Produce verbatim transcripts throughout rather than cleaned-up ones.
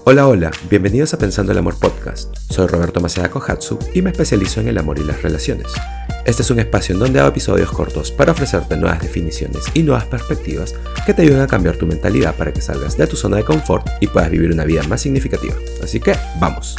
Hola, hola, bienvenidos a Pensando el Amor Podcast. Soy Roberto Maceda Kohatsu y me especializo en el amor y las relaciones. Este es un espacio en donde hago episodios cortos para ofrecerte nuevas definiciones y nuevas perspectivas que te ayuden a cambiar tu mentalidad para que salgas de tu zona de confort y puedas vivir una vida más significativa. Así que, ¡vamos!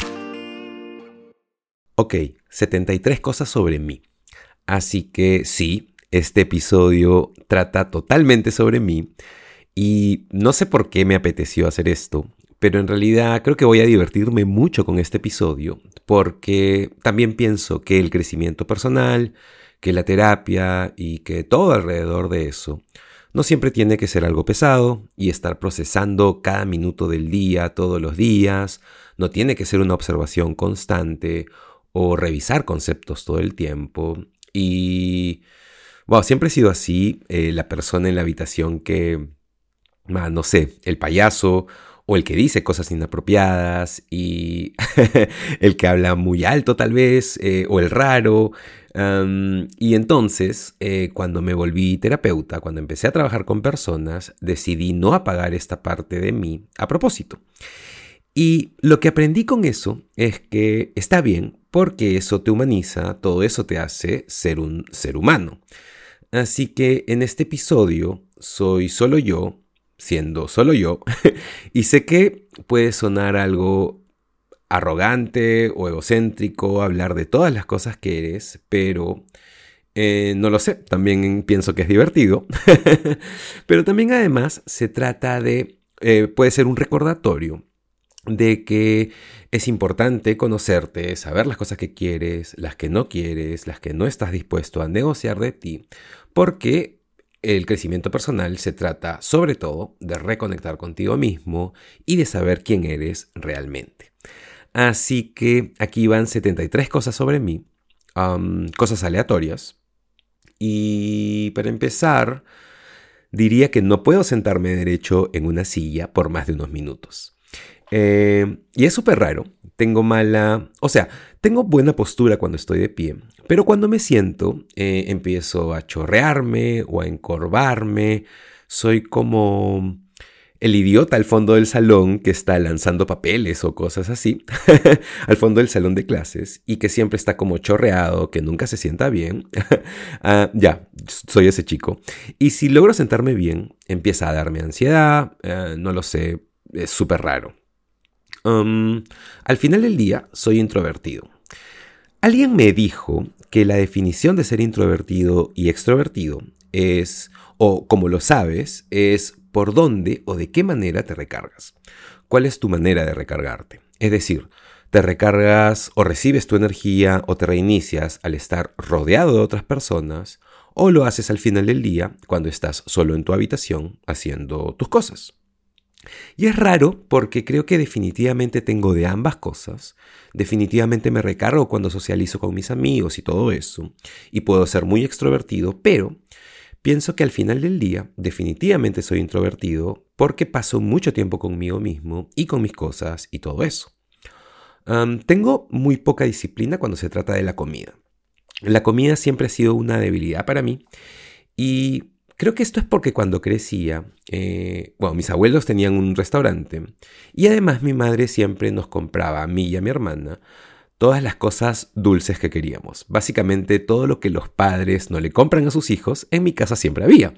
Ok, setenta y tres cosas sobre mí. Así que sí, este episodio trata totalmente sobre mí y no sé por qué me apeteció hacer esto. Pero en realidad creo que voy a divertirme mucho con este episodio porque también pienso que el crecimiento personal, que la terapia y que todo alrededor de eso no siempre tiene que ser algo pesado y estar procesando cada minuto del día, todos los días. No tiene que ser una observación constante o revisar conceptos todo el tiempo. Y wow, siempre he sido así, eh, la persona en la habitación que, ah, no sé, el payaso o el que dice cosas inapropiadas y el que habla muy alto tal vez, eh, o el raro. Um, y entonces, eh, cuando me volví terapeuta, cuando empecé a trabajar con personas, decidí no apagar esta parte de mí a propósito. Y lo que aprendí con eso es que está bien porque eso te humaniza, todo eso te hace ser un ser humano. Así que en este episodio soy solo yo, siendo solo yo, y sé que puede sonar algo arrogante o egocéntrico hablar de todas las cosas que eres, pero eh, no lo sé, también pienso que es divertido. Pero también además se trata de, eh, puede ser un recordatorio de que es importante conocerte, saber las cosas que quieres, las que no quieres, las que no estás dispuesto a negociar de ti, porque el crecimiento personal se trata sobre todo de reconectar contigo mismo y de saber quién eres realmente. Así que aquí van setenta y tres cosas sobre mí, um, cosas aleatorias. Y para empezar, diría que no puedo sentarme derecho en una silla por más de unos minutos. Eh, y es súper raro, tengo mala, o sea, tengo buena postura cuando estoy de pie, pero cuando me siento eh, empiezo a chorrearme o a encorvarme, soy como el idiota al fondo del salón que está lanzando papeles o cosas así, al fondo del salón de clases y que siempre está como chorreado, que nunca se sienta bien. uh, ya, soy ese chico. Y si logro sentarme bien, empieza a darme ansiedad, uh, no lo sé, es súper raro. Um, al final del día, soy introvertido. Alguien me dijo que la definición de ser introvertido y extrovertido es, o como lo sabes, es por dónde o de qué manera te recargas. ¿Cuál es tu manera de recargarte? Es decir, ¿te recargas o recibes tu energía o te reinicias al estar rodeado de otras personas o lo haces al final del día cuando estás solo en tu habitación haciendo tus cosas? Y es raro porque creo que definitivamente tengo de ambas cosas. Definitivamente me recargo cuando socializo con mis amigos y todo eso. Y puedo ser muy extrovertido, pero pienso que al final del día definitivamente soy introvertido porque paso mucho tiempo conmigo mismo y con mis cosas y todo eso. Um, tengo muy poca disciplina cuando se trata de la comida. La comida siempre ha sido una debilidad para mí y creo que esto es porque cuando crecía, eh, bueno, mis abuelos tenían un restaurante y además mi madre siempre nos compraba a mí y a mi hermana todas las cosas dulces que queríamos. Básicamente todo lo que los padres no le compran a sus hijos, en mi casa siempre había.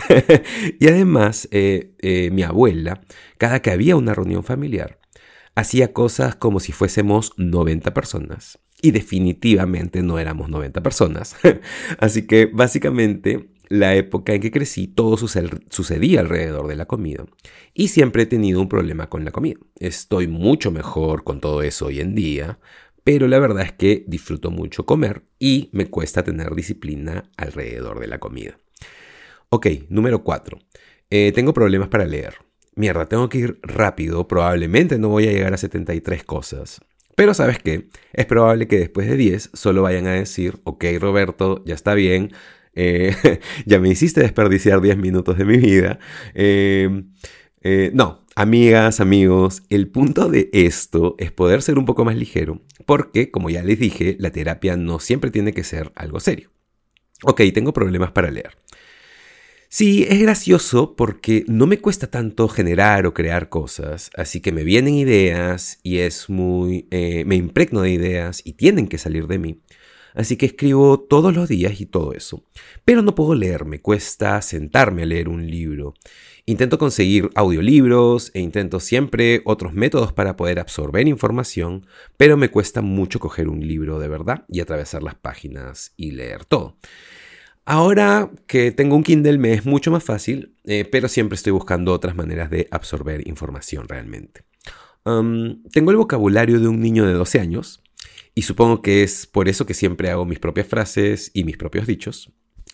Y además eh, eh, mi abuela, cada que había una reunión familiar, hacía cosas como si fuésemos noventa personas. Y definitivamente no éramos noventa personas. Así que básicamente la época en que crecí, todo sucedía alrededor de la comida. Y siempre he tenido un problema con la comida. Estoy mucho mejor con todo eso hoy en día, pero la verdad es que disfruto mucho comer y me cuesta tener disciplina alrededor de la comida. Ok, número cuatro. Eh, tengo problemas para leer. Mierda, tengo que ir rápido. Probablemente no voy a llegar a setenta y tres cosas. Pero ¿sabes qué? Es probable que después de diez solo vayan a decir, ok, Roberto, ya está bien. Eh, ya me hiciste desperdiciar diez minutos de mi vida. Eh, eh, no, amigas, amigos, el punto de esto es poder ser un poco más ligero, porque, como ya les dije, la terapia no siempre tiene que ser algo serio. Ok, tengo problemas para leer. Sí, es gracioso porque no me cuesta tanto generar o crear cosas, así que me vienen ideas y es muy... eh, me impregno de ideas y tienen que salir de mí. Así que escribo todos los días y todo eso. Pero no puedo leer, me cuesta sentarme a leer un libro. Intento conseguir audiolibros e intento siempre otros métodos para poder absorber información, pero me cuesta mucho coger un libro de verdad y atravesar las páginas y leer todo. Ahora que tengo un Kindle me es mucho más fácil, eh, pero siempre estoy buscando otras maneras de absorber información realmente. Um, tengo el vocabulario de un niño de doce años y supongo que es por eso que siempre hago mis propias frases y mis propios dichos.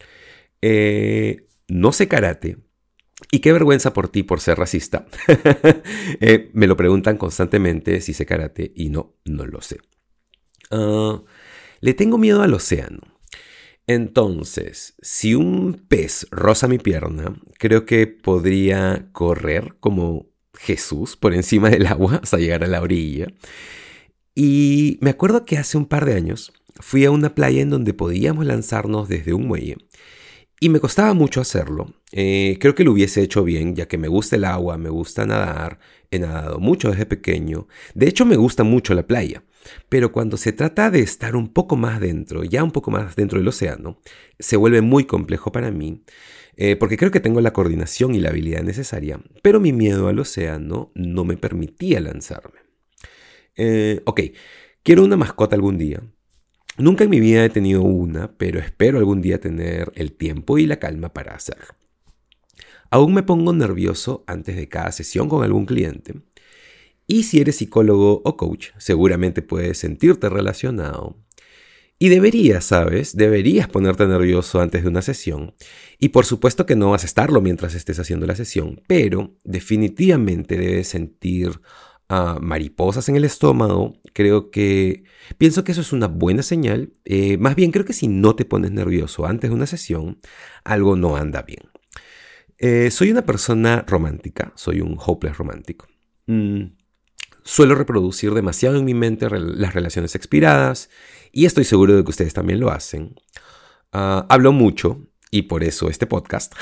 Eh, no sé karate y qué vergüenza por ti por ser racista. eh, me lo preguntan constantemente si sé karate y no, no lo sé. Uh, le tengo miedo al océano. Entonces, si un pez roza mi pierna, creo que podría correr como Jesús por encima del agua hasta llegar a la orilla. Y me acuerdo que hace un par de años fui a una playa en donde podíamos lanzarnos desde un muelle. Y me costaba mucho hacerlo. Eh, creo que lo hubiese hecho bien, ya que me gusta el agua, me gusta nadar, he nadado mucho desde pequeño. De hecho, me gusta mucho la playa. Pero cuando se trata de estar un poco más dentro, ya un poco más dentro del océano, se vuelve muy complejo para mí, eh, porque creo que tengo la coordinación y la habilidad necesaria, pero mi miedo al océano no me permitía lanzarme. Eh, ok, quiero una mascota algún día. Nunca en mi vida he tenido una, pero espero algún día tener el tiempo y la calma para hacerlo. Aún me pongo nervioso antes de cada sesión con algún cliente. Y si eres psicólogo o coach, seguramente puedes sentirte relacionado. Y deberías, ¿sabes? Deberías ponerte nervioso antes de una sesión. Y por supuesto que no vas a estarlo mientras estés haciendo la sesión, pero definitivamente debes sentir uh, mariposas en el estómago. Creo que... Pienso que eso es una buena señal. Eh, más bien creo que si no te pones nervioso antes de una sesión, algo no anda bien. Eh, soy una persona romántica, soy un hopeless romántico. Mm. Suelo reproducir demasiado en mi mente las relaciones expiradas y estoy seguro de que ustedes también lo hacen. Uh, hablo mucho y por eso este podcast.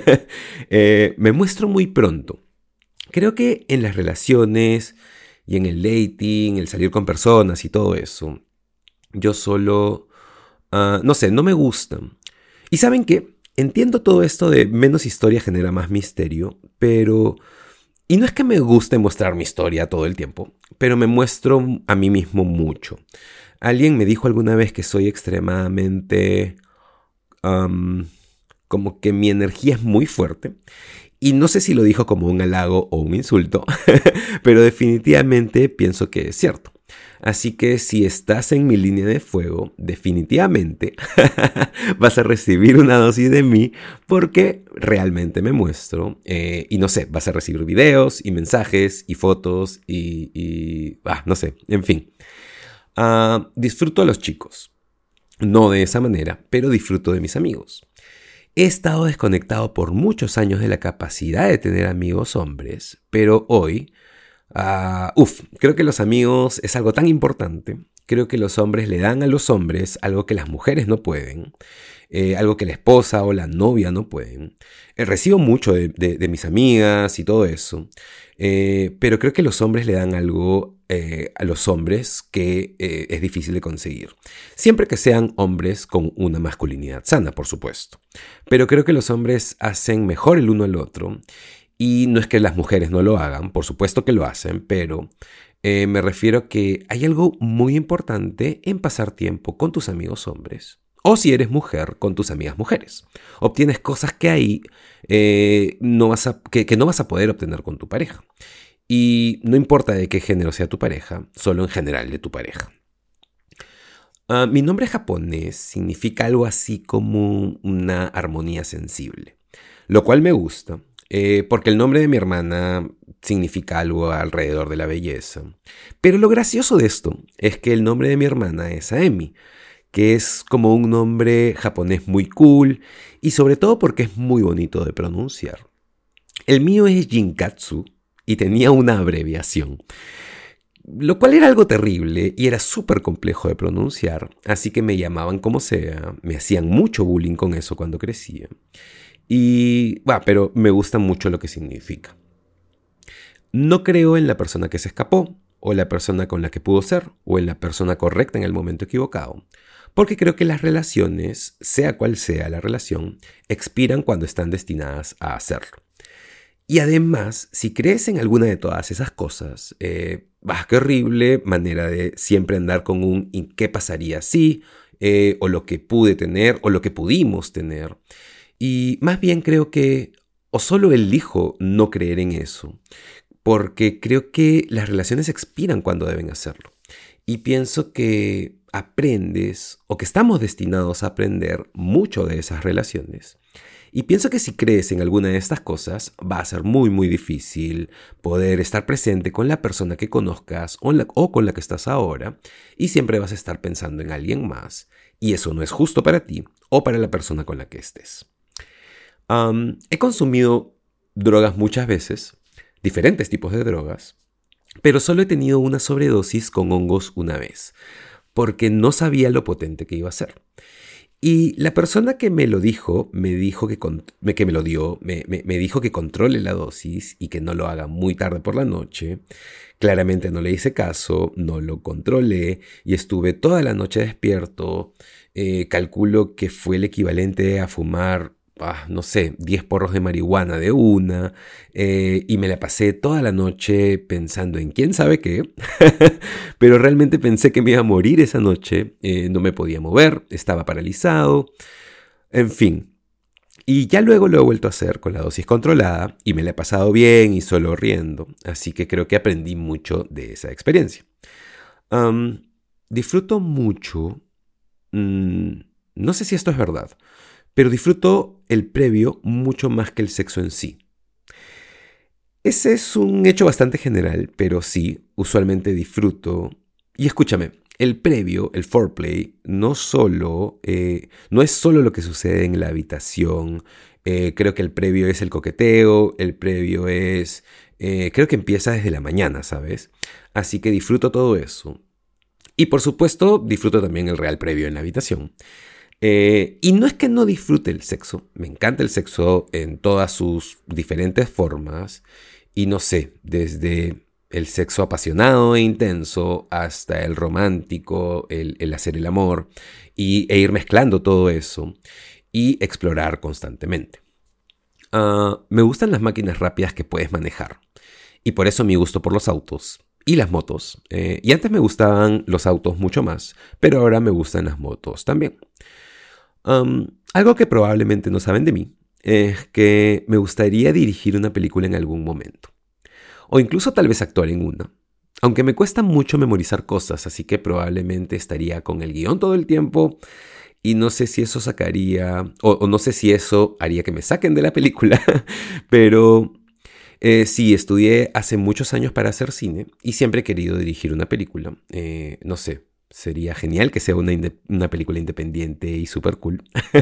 eh, me muestro muy pronto. Creo que en las relaciones y en el dating, el salir con personas y todo eso, yo solo, uh, no sé, no me gustan. ¿Y saben qué? Entiendo todo esto de menos historia genera más misterio, pero... Y no es que me guste mostrar mi historia todo el tiempo, pero me muestro a mí mismo mucho. Alguien me dijo alguna vez que soy extremadamente... Um, como que mi energía es muy fuerte. Y no sé si lo dijo como un halago o un insulto, pero definitivamente pienso que es cierto. Así que si estás en mi línea de fuego, definitivamente vas a recibir una dosis de mí porque realmente me muestro. Eh, y no sé, vas a recibir videos y mensajes y fotos y... y ah, no sé, en fin. Uh, disfruto a los chicos. No de esa manera, pero disfruto de mis amigos. He estado desconectado por muchos años de la capacidad de tener amigos hombres, pero hoy... Uh, uf, creo que los amigos es algo tan importante. Creo que los hombres le dan a los hombres algo que las mujeres no pueden, eh, algo que la esposa o la novia no pueden. Eh, recibo mucho de, de, de mis amigas y todo eso, eh, pero creo que los hombres le dan algo eh, a los hombres que eh, es difícil de conseguir. Siempre que sean hombres con una masculinidad sana, por supuesto. Pero creo que los hombres hacen mejor el uno al otro. Y no es que las mujeres no lo hagan, por supuesto que lo hacen, pero eh, me refiero a que hay algo muy importante en pasar tiempo con tus amigos hombres. O si eres mujer, con tus amigas mujeres. Obtienes cosas que ahí eh, no vas a, que, que no vas a poder obtener con tu pareja. Y no importa de qué género sea tu pareja, solo en general de tu pareja. Uh, mi nombre japonés significa algo así como una armonía sensible, lo cual me gusta. Eh, porque el nombre de mi hermana significa algo alrededor de la belleza. Pero lo gracioso de esto es que el nombre de mi hermana es Aemi, que es como un nombre japonés muy cool y sobre todo porque es muy bonito de pronunciar. El mío es Jinkatsu y tenía una abreviación, lo cual era algo terrible y era súper complejo de pronunciar, así que me llamaban como sea, me hacían mucho bullying con eso cuando crecía. Y, bueno, pero me gusta mucho lo que significa. No creo en la persona que se escapó, o la persona con la que pudo ser, o en la persona correcta en el momento equivocado, porque creo que las relaciones, sea cual sea la relación, expiran cuando están destinadas a hacerlo. Y además, si crees en alguna de todas esas cosas, eh, bah, qué horrible manera de siempre andar con un ¿y qué pasaría si? Eh, o lo que pude tener, o lo que pudimos tener. Y más bien creo que o solo elijo no creer en eso, porque creo que las relaciones expiran cuando deben hacerlo. Y pienso que aprendes, o que estamos destinados a aprender mucho de esas relaciones. Y pienso que si crees en alguna de estas cosas, va a ser muy muy difícil poder estar presente con la persona que conozcas o, la, o con la que estás ahora, y siempre vas a estar pensando en alguien más, y eso no es justo para ti o para la persona con la que estés. Um, he consumido drogas muchas veces, diferentes tipos de drogas, pero solo he tenido una sobredosis con hongos una vez, porque no sabía lo potente que iba a ser. Y la persona que me lo dijo, me dijo que, con, que me lo dio, me, me, me dijo que controle la dosis y que no lo haga muy tarde por la noche. Claramente no le hice caso, no lo controlé y estuve toda la noche despierto. Eh, calculo que fue el equivalente a fumar, ah, no sé, diez porros de marihuana de una, eh, y me la pasé toda la noche pensando en quién sabe qué, pero realmente pensé que me iba a morir esa noche, eh, no me podía mover, estaba paralizado, en fin. Y ya luego lo he vuelto a hacer con la dosis controlada y me la he pasado bien y solo riendo, así que creo que aprendí mucho de esa experiencia. Um, disfruto mucho, mmm, no sé si esto es verdad, pero disfruto el previo mucho más que el sexo en sí. Ese es un hecho bastante general, pero sí, usualmente disfruto. Y escúchame, el previo, el foreplay, no solo, eh, no es solo lo que sucede en la habitación. Eh, creo que el previo es el coqueteo, el previo es... Eh, creo que empieza desde la mañana, ¿sabes? Así que disfruto todo eso. Y por supuesto, disfruto también el real previo en la habitación. Eh, y no es que no disfrute el sexo, me encanta el sexo en todas sus diferentes formas y no sé, desde el sexo apasionado e intenso hasta el romántico, el, el hacer el amor y, e ir mezclando todo eso y explorar constantemente. Uh, me gustan las máquinas rápidas que puedes manejar y por eso mi gusto por los autos y las motos. Eh, y antes me gustaban los autos mucho más, pero ahora me gustan las motos también. Um, algo que probablemente no saben de mí es que me gustaría dirigir una película en algún momento. O incluso tal vez actuar en una. Aunque me cuesta mucho memorizar cosas, así que probablemente estaría con el guión todo el tiempo. Y no sé si eso sacaría, o, o no sé si eso haría que me saquen de la película. Pero eh, sí, estudié hace muchos años para hacer cine y siempre he querido dirigir una película. Eh, no sé. Sería genial que sea una, inde- una película independiente y súper cool.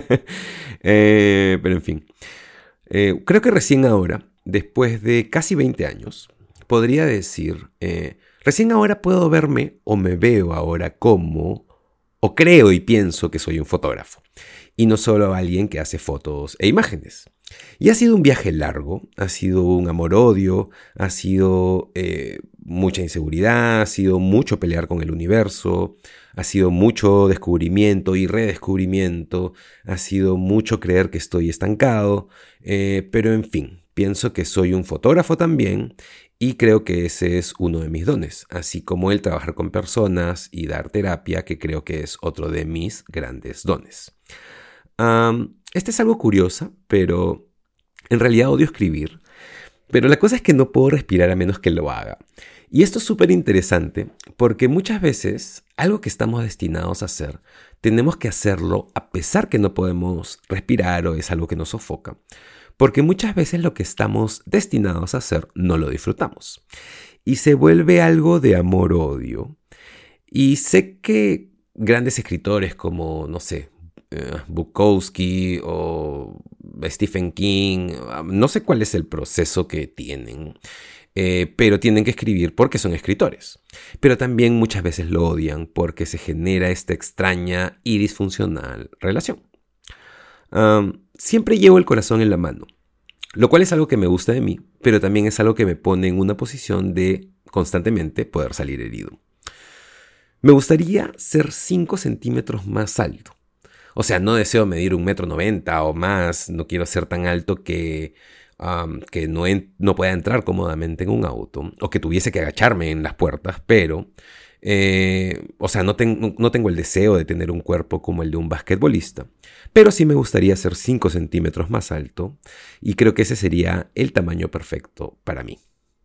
eh, pero en fin. Eh, creo que recién ahora, después de casi veinte años, podría decir, eh, recién ahora puedo verme o me veo ahora como, o creo y pienso que soy un fotógrafo. Y no solo alguien que hace fotos e imágenes. Y ha sido un viaje largo, ha sido un amor-odio, ha sido eh, mucha inseguridad, ha sido mucho pelear con el universo, ha sido mucho descubrimiento y redescubrimiento, ha sido mucho creer que estoy estancado, eh, pero en fin, pienso que soy un fotógrafo también y creo que ese es uno de mis dones, así como el trabajar con personas y dar terapia, que creo que es otro de mis grandes dones. Um, este es algo curioso, pero en realidad odio escribir. Pero la cosa es que no puedo respirar a menos que lo haga. Y esto es súper interesante porque muchas veces algo que estamos destinados a hacer, tenemos que hacerlo a pesar que no podemos respirar o es algo que nos sofoca. Porque muchas veces lo que estamos destinados a hacer no lo disfrutamos. Y se vuelve algo de amor-odio. Y sé que grandes escritores como, no sé, Uh, Bukowski o Stephen King, uh, no sé cuál es el proceso que tienen, eh, pero tienen que escribir porque son escritores. Pero también muchas veces lo odian porque se genera esta extraña y disfuncional relación. Um, siempre llevo el corazón en la mano, lo cual es algo que me gusta de mí, pero también es algo que me pone en una posición de constantemente poder salir herido. Me gustaría ser cinco centímetros más alto. O sea, no deseo medir un metro noventa o más, no quiero ser tan alto que, um, que no, en, no pueda entrar cómodamente en un auto o que tuviese que agacharme en las puertas, pero, eh, o sea, no, ten, no tengo el deseo de tener un cuerpo como el de un basquetbolista, pero sí me gustaría ser cinco centímetros más alto y creo que ese sería el tamaño perfecto para mí.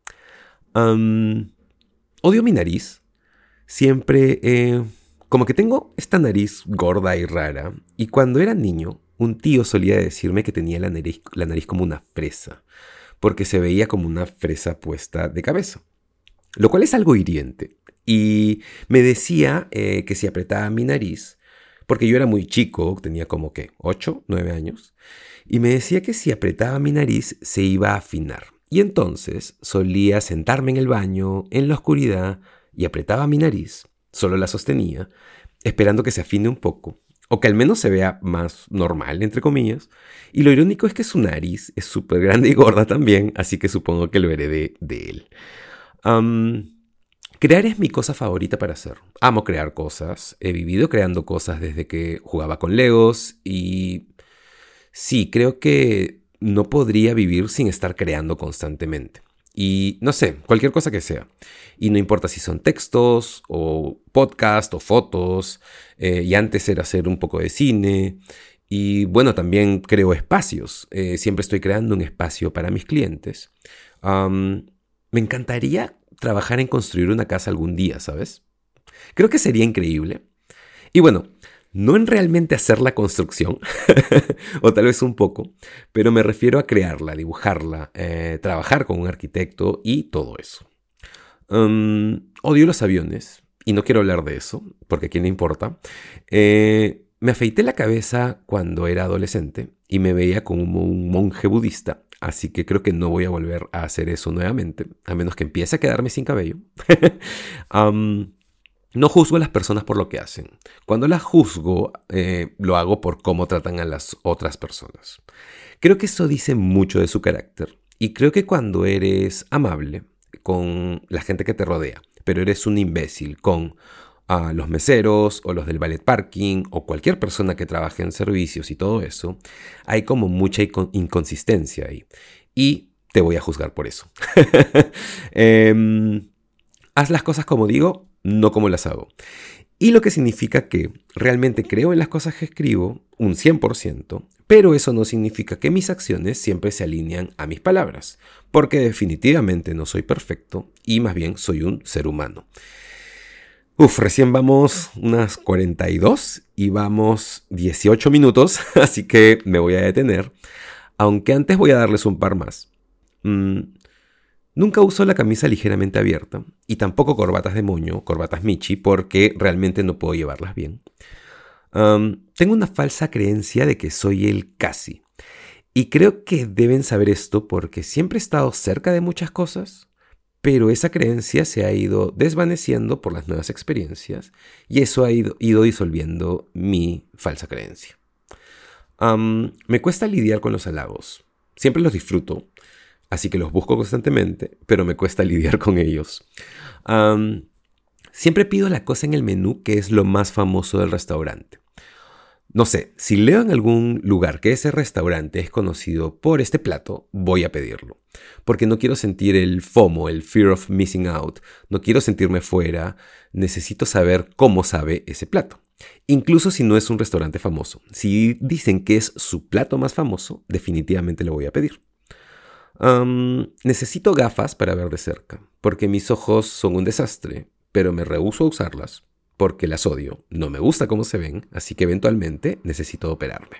Um, odio mi nariz. Siempre... Eh, Como que tengo esta nariz gorda y rara, y cuando era niño, un tío solía decirme que tenía la nariz, la nariz como una fresa, porque se veía como una fresa puesta de cabeza, lo cual es algo hiriente. Y me decía eh, que si apretaba mi nariz, porque yo era muy chico, tenía como que ocho, nueve años, y me decía que si apretaba mi nariz se iba a afinar. Y entonces solía sentarme en el baño, en la oscuridad, y apretaba mi nariz. Solo la sostenía, esperando que se afine un poco, o que al menos se vea más normal, entre comillas. Y lo irónico es que su nariz es súper grande y gorda también, así que supongo que lo heredé de él. Um, crear es mi cosa favorita para hacer. Amo crear cosas. He vivido creando cosas desde que jugaba con Legos y sí, creo que no podría vivir sin estar creando constantemente. Y no sé, cualquier cosa que sea. Y no importa si son textos o podcast o fotos. Eh, y antes era hacer un poco de cine. Y bueno, también creo espacios. Eh, siempre estoy creando un espacio para mis clientes. Um, me encantaría trabajar en construir una casa algún día, ¿sabes? Creo que sería increíble. Y bueno, no en realmente hacer la construcción, o tal vez un poco, pero me refiero a crearla, dibujarla, eh, trabajar con un arquitecto y todo eso. Um, odio los aviones y no quiero hablar de eso, porque a quién le importa. Eh, me afeité la cabeza cuando era adolescente y me veía como un monje budista, así que creo que no voy a volver a hacer eso nuevamente, a menos que empiece a quedarme sin cabello. um, No juzgo a las personas por lo que hacen. Cuando las juzgo, eh, lo hago por cómo tratan a las otras personas. Creo que eso dice mucho de su carácter. Y creo que cuando eres amable con la gente que te rodea, pero eres un imbécil con uh, los meseros o los del valet parking o cualquier persona que trabaje en servicios y todo eso, hay como mucha inconsistencia ahí. Y te voy a juzgar por eso. eh, haz las cosas como digo, no como las hago. Y lo que significa que realmente creo en las cosas que escribo, un cien por ciento, pero eso no significa que mis acciones siempre se alinean a mis palabras, porque definitivamente no soy perfecto y más bien soy un ser humano. Uf, recién vamos unas cuarenta y dos y vamos dieciocho minutos, así que me voy a detener, aunque antes voy a darles un par más. Mm. Nunca uso la camisa ligeramente abierta y tampoco corbatas de moño, corbatas Michi, porque realmente no puedo llevarlas bien. Um, tengo una falsa creencia de que soy el casi. Y creo que deben saber esto porque siempre he estado cerca de muchas cosas, pero esa creencia se ha ido desvaneciendo por las nuevas experiencias y eso ha ido, ido disolviendo mi falsa creencia. Um, me cuesta lidiar con los halagos. Siempre los disfruto. Así que los busco constantemente, pero me cuesta lidiar con ellos. Um, siempre pido la cosa en el menú que es lo más famoso del restaurante. No sé, si leo en algún lugar que ese restaurante es conocido por este plato, voy a pedirlo. Porque no quiero sentir el FOMO, el Fear of Missing Out. No quiero sentirme fuera. Necesito saber cómo sabe ese plato. Incluso si no es un restaurante famoso. Si dicen que es su plato más famoso, definitivamente lo voy a pedir. Um, necesito gafas para ver de cerca, porque mis ojos son un desastre, pero me rehúso a usarlas, porque las odio, no me gusta cómo se ven, así que eventualmente necesito operarme.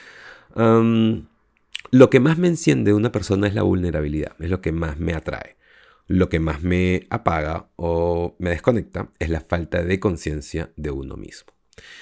Um, lo que más me enciende de una persona es la vulnerabilidad, es lo que más me atrae. Lo que más me apaga o me desconecta es la falta de conciencia de uno mismo.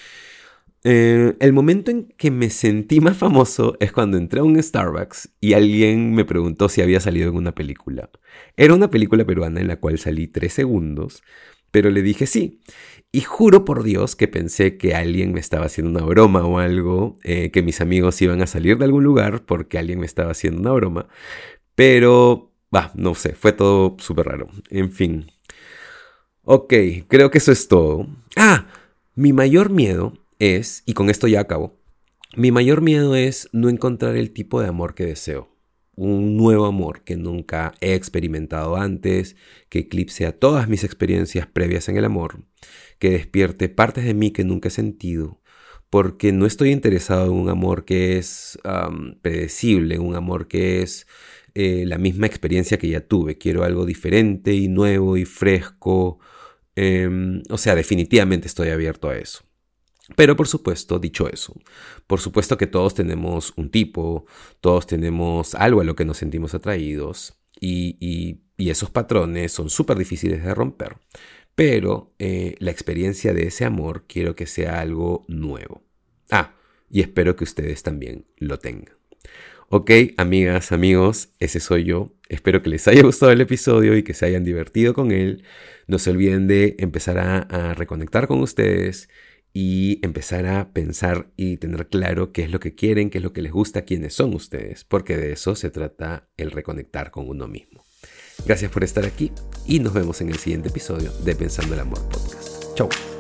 Eh, el momento en que me sentí más famoso es cuando entré a un Starbucks y alguien me preguntó si había salido en una película. Era una película peruana en la cual salí tres segundos, pero le dije sí. Y juro por Dios que pensé que alguien me estaba haciendo una broma o algo, eh, que mis amigos iban a salir de algún lugar porque alguien me estaba haciendo una broma. Pero, bah, no sé, fue todo súper raro. En fin. Ok, creo que eso es todo. Ah, mi mayor miedo es, y con esto ya acabo, mi mayor miedo es no encontrar el tipo de amor que deseo. Un nuevo amor que nunca he experimentado antes, que eclipse a todas mis experiencias previas en el amor, que despierte partes de mí que nunca he sentido, porque no estoy interesado en un amor que es um, predecible, un amor que es eh, la misma experiencia que ya tuve. Quiero algo diferente y nuevo y fresco. Eh, o sea, definitivamente estoy abierto a eso. Pero por supuesto, dicho eso, por supuesto que todos tenemos un tipo, todos tenemos algo a lo que nos sentimos atraídos y, y, y esos patrones son súper difíciles de romper. Pero eh, la experiencia de ese amor quiero que sea algo nuevo. Ah, y espero que ustedes también lo tengan. Ok, amigas, amigos, ese soy yo. Espero que les haya gustado el episodio y que se hayan divertido con él. No se olviden de empezar a, a reconectar con ustedes y empezar a pensar y tener claro qué es lo que quieren, qué es lo que les gusta, quiénes son ustedes, porque de eso se trata el reconectar con uno mismo. Gracias por estar aquí y nos vemos en el siguiente episodio de Pensando el Amor Podcast. Chau.